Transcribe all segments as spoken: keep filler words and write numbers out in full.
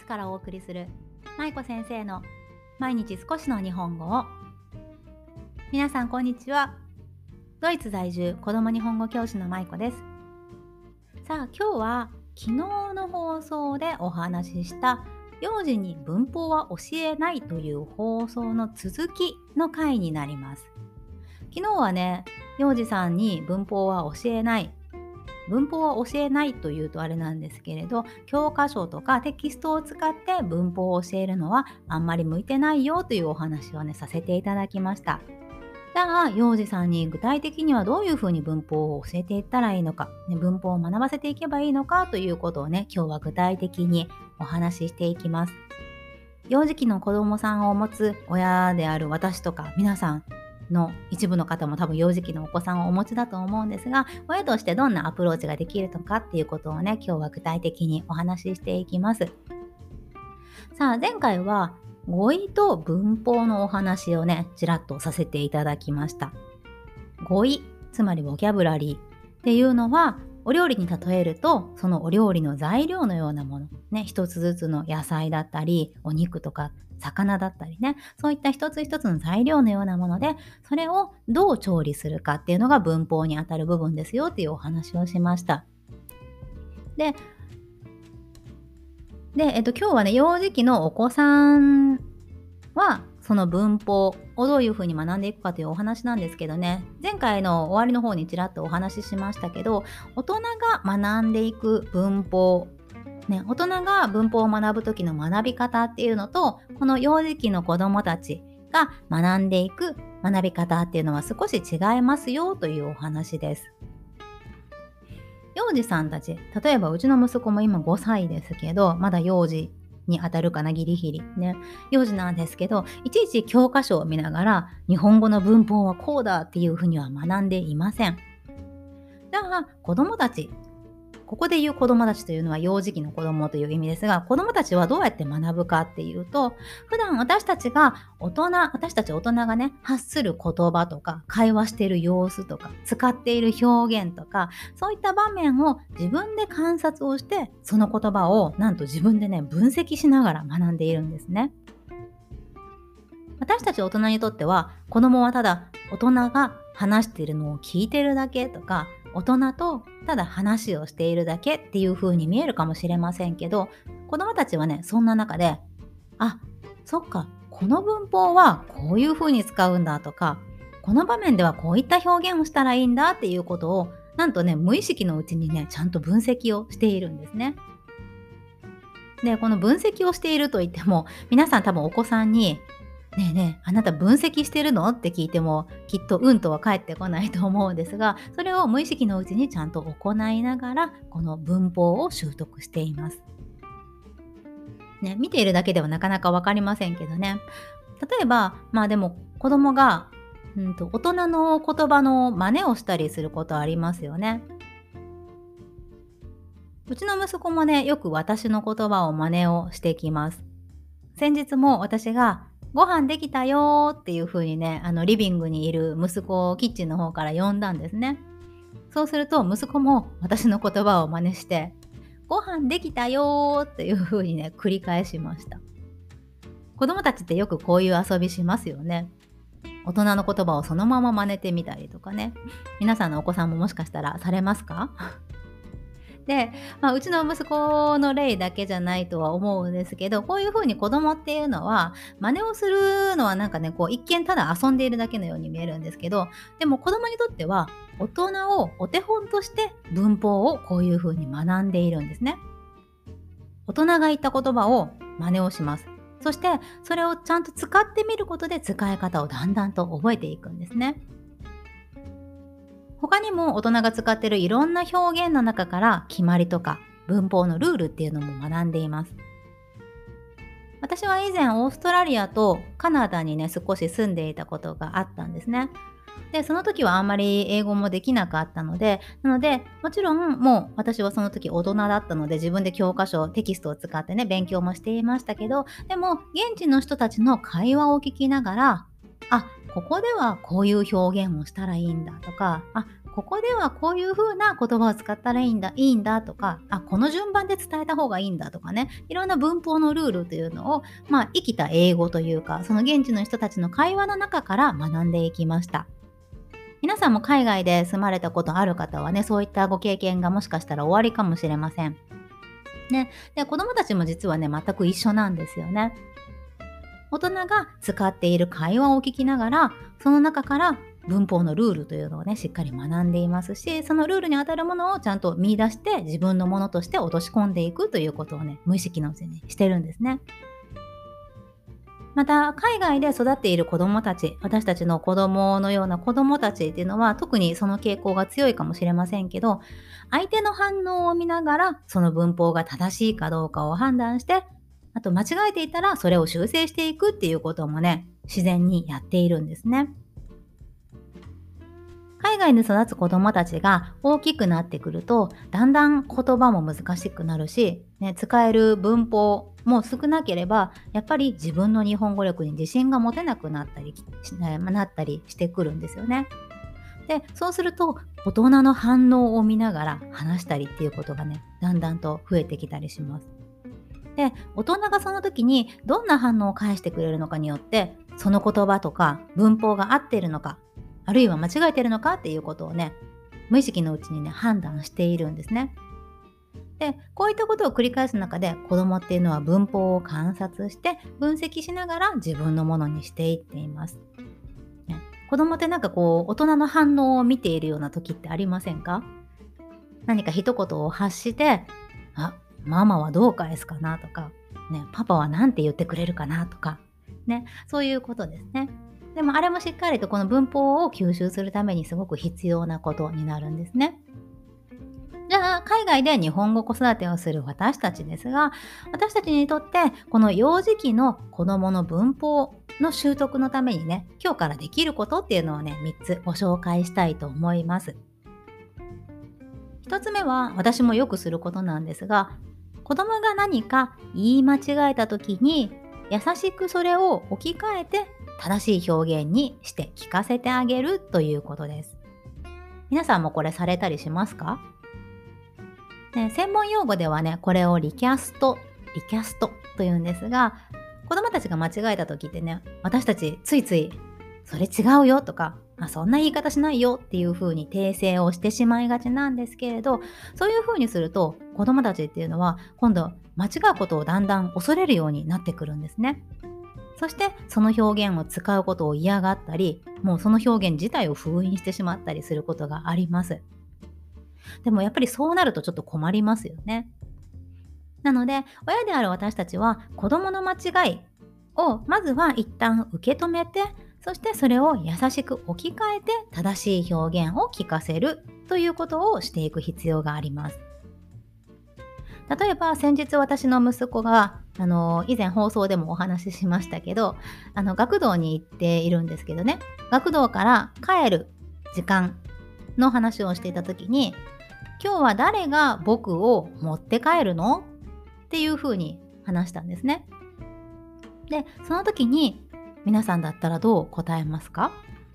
からお送りする舞子先生の毎日少しの日本語を。皆さんこんにちは。ドイツ在住子ども日本語教師の舞子です。さあ今日は昨日の放送でお話しした幼児に文法は教えないという放送の続きの回になります。昨日はね、幼児さんに文法は教えない文法は教えないというとあれなんですけれど、教科書とかテキストを使って文法を教えるのはあんまり向いてないよというお話をねさせていただきました。じゃあ幼児さんに具体的にはどういうふうに文法を教えていったらいいのか、ね、文法を学ばせていけばいいのかということをね今日は具体的にお話ししていきます。幼児期の子どもさんを持つ親である私とか皆さんの一部の方も多分幼児期のお子さんをお持ちだと思うんですが、親としてどんなアプローチができるのかっていうことをね今日は具体的にお話ししていきます。さあ前回は語彙と文法のお話をねちらっとさせていただきました。語彙、つまりボキャブラリーっていうのはお料理に例えるとそのお料理の材料のようなものね、一つずつの野菜だったりお肉とか魚だったりね、そういった一つ一つの材料のようなものでそれをどう調理するかっていうのが文法にあたる部分ですよっていうお話をしました。でで、えっと、今日はね幼児期のお子さんはその文法をどういうふうに学んでいくかというお話なんですけどね、前回の終わりの方にちらっとお話ししましたけど、大人が学んでいく文法ね、大人が文法を学ぶ時の学び方っていうのとこの幼児期の子どもたちが学んでいく学び方っていうのは少し違いますよというお話です。幼児さんたち、例えばうちの息子も今ごさいですけど、まだ幼児に当たるかな、ギリギリね幼児なんですけど、いちいち教科書を見ながら日本語の文法はこうだっていうふうには学んでいません。じゃあ子どもたち、ここで言う子どもたちというのは幼児期の子どもという意味ですが、子どもたちはどうやって学ぶかっていうと、普段私たちが大人私たち大人がね発する言葉とか会話している様子とか使っている表現とか、そういった場面を自分で観察をして、その言葉をなんと自分でね分析しながら学んでいるんですね。私たち大人にとっては子供はただ大人が話しているのを聞いてるだけとか、大人とただ話をしているだけっていう風に見えるかもしれませんけど、子供たちはねそんな中で、あ、そっか、この文法はこういう風に使うんだとか、この場面ではこういった表現をしたらいいんだっていうことをなんとね無意識のうちにねちゃんと分析をしているんですね。でこの分析をしているといっても、皆さん多分お子さんにねえねえあなた分析してるのって聞いてもきっとうんとは返ってこないと思うんですが、それを無意識のうちにちゃんと行いながらこの文法を習得しています。ね、見ているだけではなかなか分かりませんけどね。例えばまあでも子供がうんと大人の言葉の真似をしたりすることありますよね。うちの息子もねよく私の言葉を真似をしてきます。先日も私がご飯できたよっていう風にね、あのリビングにいる息子をキッチンの方から呼んだんですね。そうすると息子も私の言葉を真似して、ご飯できたよっていう風にね繰り返しました。子供たちってよくこういう遊びしますよね。大人の言葉をそのまま真似てみたりとかね。皆さんのお子さんももしかしたらされますか？で、まあ、うちの息子の例だけじゃないとは思うんですけど、こういうふうに子供っていうのは真似をするのはなんかねこう一見ただ遊んでいるだけのように見えるんですけど、でも子供にとっては大人をお手本として文法をこういうふうに学んでいるんですね。大人が言った言葉を真似をします。そしてそれをちゃんと使ってみることで使い方をだんだんと覚えていくんですね。他にも大人が使っているいろんな表現の中から決まりとか文法のルールっていうのも学んでいます。私は以前オーストラリアとカナダにね少し住んでいたことがあったんですね。でその時はあんまり英語もできなかったので、なのでもちろんもう私はその時大人だったので自分で教科書テキストを使ってね勉強もしていましたけど、でも現地の人たちの会話を聞きながら、あ、ここではこういう表現をしたらいいんだとか、あ、 ここではこういう風な言葉を使ったらいいんだ、いいんだとか、あ、この順番で伝えた方がいいんだとかね、いろんな文法のルールというのを、まあ、生きた英語というか、その現地の人たちの会話の中から学んでいきました。皆さんも海外で住まれたことある方はね、そういったご経験がもしかしたらおありかもしれません。ね、で子供たちも実はね、全く一緒なんですよね。大人が使っている会話を聞きながら、その中から文法のルールというのをね、しっかり学んでいますし、そのルールに当たるものをちゃんと見出して自分のものとして落とし込んでいくということをね、無意識のうちにしてるんですね。また、海外で育っている子どもたち、私たちの子供のような子どもたちっていうのは特にその傾向が強いかもしれませんけど、相手の反応を見ながらその文法が正しいかどうかを判断して、あと間違えていたらそれを修正していくっていうこともね、自然にやっているんですね。海外に育つ子どもたちが大きくなってくると、だんだん言葉も難しくなるし、ね、使える文法も少なければ、やっぱり自分の日本語力に自信が持てなくなったりしなったりしてくるんですよね。で、そうすると大人の反応を見ながら話したりっていうことがね、だんだんと増えてきたりします。で、大人がその時にどんな反応を返してくれるのかによって、その言葉とか文法が合っているのか、あるいは間違えているのかっていうことをね、無意識のうちにね、判断しているんですね。で、こういったことを繰り返す中で、子供っていうのは文法を観察して分析しながら自分のものにしていっています。ね、子供ってなんかこう、大人の反応を見ているような時ってありませんか？何か一言を発して、あ、ママはどう返すかなとか、ね、パパは何て言ってくれるかなとか、ね、そういうことですね。でもあれもしっかりとこの文法を吸収するためにすごく必要なことになるんですね。じゃあ、海外で日本語子育てをする私たちですが、私たちにとってこの幼児期の子どもの文法の習得のためにね、今日からできることっていうのをね、みっつご紹介したいと思います。ひとつめは私もよくすることなんですが、子供が何か言い間違えた時に優しくそれを置き換えて正しい表現にして聞かせてあげるということです。皆さんもこれされたりしますか？ね、専門用語ではね、これをリキャスト、リキャストというんですが、子供たちが間違えた時ってね、私たちついついそれ違うよとか、あ、そんな言い方しないよっていう風に訂正をしてしまいがちなんですけれど、そういう風にすると子供たちっていうのは今度間違うことをだんだん恐れるようになってくるんですね。そしてその表現を使うことを嫌がったり、もうその表現自体を封印してしまったりすることがあります。でもやっぱりそうなるとちょっと困りますよね。なので、親である私たちは子供の間違いをまずは一旦受け止めて、そしてそれを優しく置き換えて正しい表現を聞かせるということをしていく必要があります。例えば先日私の息子があの以前放送でもお話ししましたけど、あの学童に行っているんですけどね、学童から帰る時間の話をしていた時に、今日は誰が僕を持って帰るのっていうふうに話したんですね。で、その時に皆さんだったらどう答えますか？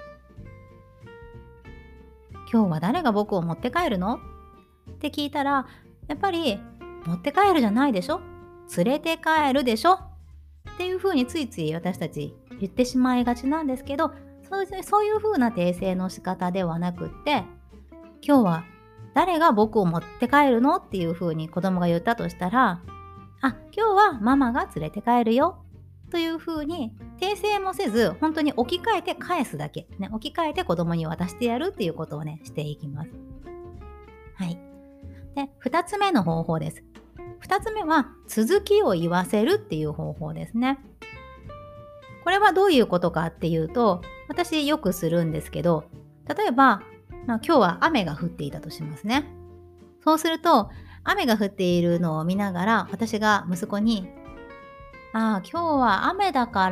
今日は誰が僕を持って帰るのって聞いたら、やっぱり持って帰るじゃないでしょ、連れて帰るでしょっていうふうについつい私たち言ってしまいがちなんですけど、そういう、そういうふうな訂正の仕方ではなくって、今日は誰が僕を持って帰るのっていうふうに子供が言ったとしたら、あ、今日はママが連れて帰るよというふうに訂正もせず、本当に置き換えて返すだけ、ね、置き換えて子供に渡してやるっていうことをね、していきます。はい。で、ふたつめの方法です。ふたつめは続きを言わせるっていう方法ですね。これはどういうことかっていうと、私よくするんですけど、例えば、まあ、今日は雨が降っていたとしますね。そうすると、雨が降っているのを見ながら、私が息子に、ああ、今日は雨だから、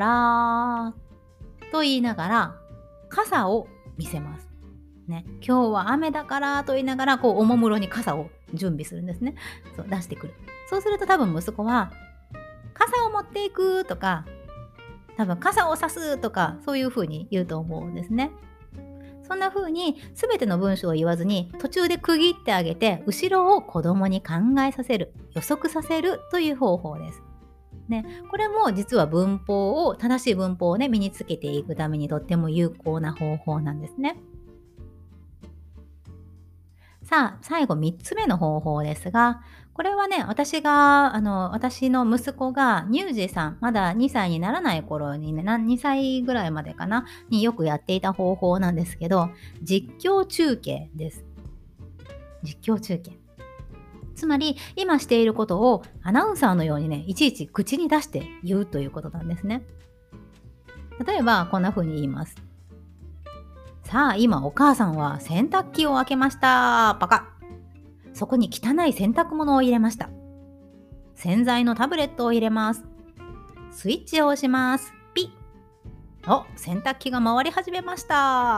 と言いながら、傘を見せます。ね、今日は雨だからと言いながら、こう、おもむろに傘を準備するんですね。そう、出してくる。そうすると多分息子は、傘を持っていくとか、多分傘を差すとか、そういう風に言うと思うんですね。 そんな風に全ての文章を言わずに途中で区切ってあげて、後ろを子供に考えさせる、予測させるという方法です。ね、これも実は文法を、正しい文法をね、身につけていくためにとっても有効な方法なんですね。さあ、最後みっつめの方法ですが、これはね、私が、あの、私の息子が乳児さん、まだにさいにならない頃にね、なにさいぐらいまでかな、によくやっていた方法なんですけど、実況中継です。実況中継。つまり、今していることをアナウンサーのようにね、いちいち口に出して言うということなんですね。例えば、こんな風に言います。さあ、今お母さんは洗濯機を開けました。パカッ。そこに汚い洗濯物を入れました。洗剤のタブレットを入れます。スイッチを押します。ピッ。お、洗濯機が回り始めました。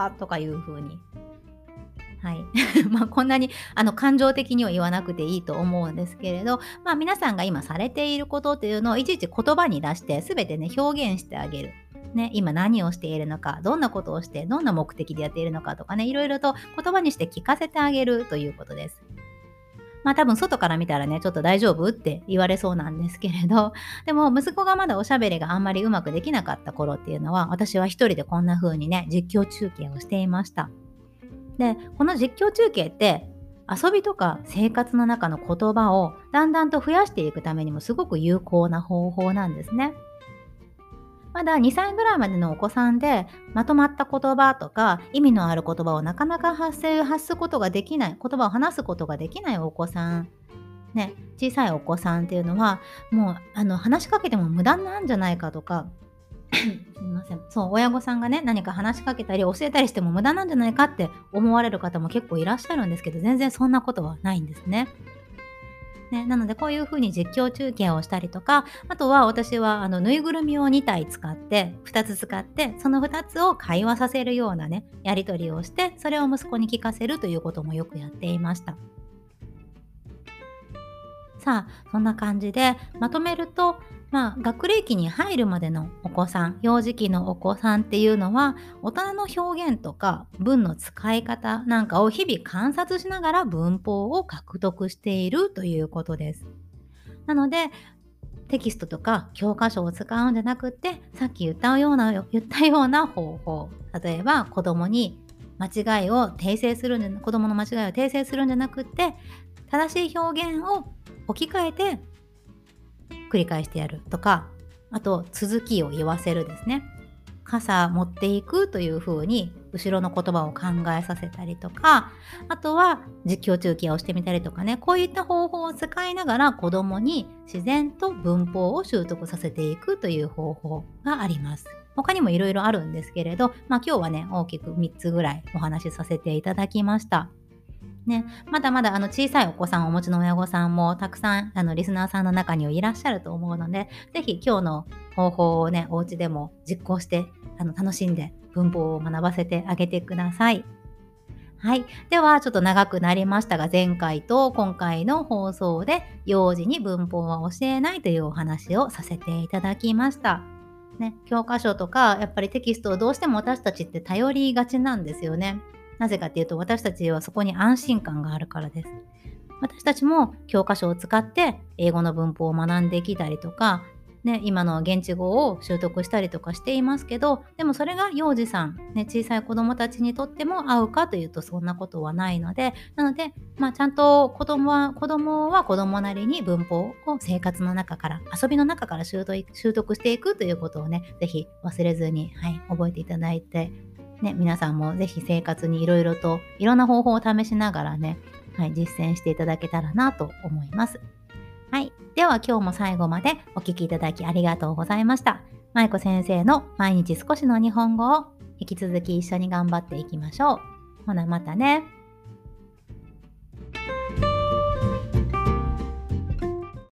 とかいう風に。はい。まあこんなにあの感情的には言わなくていいと思うんですけれど、まあ皆さんが今されていることっていうのをいちいち言葉に出して全てね表現してあげる。ね、今何をしているのか、どんなことをして、どんな目的でやっているのかとかね、いろいろと言葉にして聞かせてあげるということです。まあ多分外から見たらね、ちょっと大丈夫って言われそうなんですけれど、でも息子がまだおしゃべりがあんまりうまくできなかった頃っていうのは、私は一人でこんな風にね、実況中継をしていました。で、この実況中継って遊びとか生活の中の言葉をだんだんと増やしていくためにもすごく有効な方法なんですね。まだにさいぐらいまでのお子さんでまとまった言葉とか意味のある言葉をなかなか発せ発すことができない、言葉を話すことができないお子さん、ね、小さいお子さんっていうのはもうあの話しかけても無駄なんじゃないかとかすみません。そう、親御さんがね、何か話しかけたり教えたりしても無駄なんじゃないかって思われる方も結構いらっしゃるんですけど、全然そんなことはないんですね。ね、なのでこういう風に実況中継をしたりとか、あとは私はあのぬいぐるみをにたい使って、ふたつ使って、そのふたつを会話させるようなね、やり取りをして、それを息子に聞かせるということもよくやっていました。さあ、そんな感じでまとめると、まあ、学齢期に入るまでのお子さん、幼児期のお子さんっていうのは、大人の表現とか文の使い方なんかを日々観察しながら文法を獲得しているということです。なので、テキストとか教科書を使うんじゃなくって、さっき言ったような、言ったような方法。例えば、子供に間違いを訂正するんじゃ、子供の間違いを訂正するんじゃなくって、正しい表現を置き換えて繰り返してやるとか、あと続きを言わせるですね。傘持っていくという風に後ろの言葉を考えさせたりとか、あとは実況中継をしてみたりとかね、こういった方法を使いながら子供に自然と文法を習得させていくという方法があります。他にもいろいろあるんですけれど、まあ今日はね、大きくみっつぐらいお話しさせていただきました。ね、まだまだあの小さいお子さんをお持ちの親御さんもたくさんあのリスナーさんの中にはいらっしゃると思うので、ぜひ今日の方法をね、お家でも実行してあの楽しんで文法を学ばせてあげてください。はい。ではちょっと長くなりましたが、前回と今回の放送で幼児に文法は教えないというお話をさせていただきました。ね、教科書とかやっぱりテキストをどうしても私たちって頼りがちなんですよね。なぜかっていうと、私たちはそこに安心感があるからです。私たちも教科書を使って英語の文法を学んできたりとか、ね、今の現地語を習得したりとかしていますけど、でもそれが幼児さん、ね、小さい子供たちにとっても合うかというとそんなことはないので、なので、まあ、ちゃんと子供は子供は子供なりに文法を生活の中から、遊びの中から習得、習得していくということをね、ぜひ忘れずに、はい、覚えていただいて、ね、皆さんもぜひ生活にいろいろといろんな方法を試しながらね、はい、実践していただけたらなと思います。はい。では今日も最後までお聞きいただきありがとうございました。まいこ先生の毎日少しの日本語を引き続き一緒に頑張っていきましょう。ほなまたね。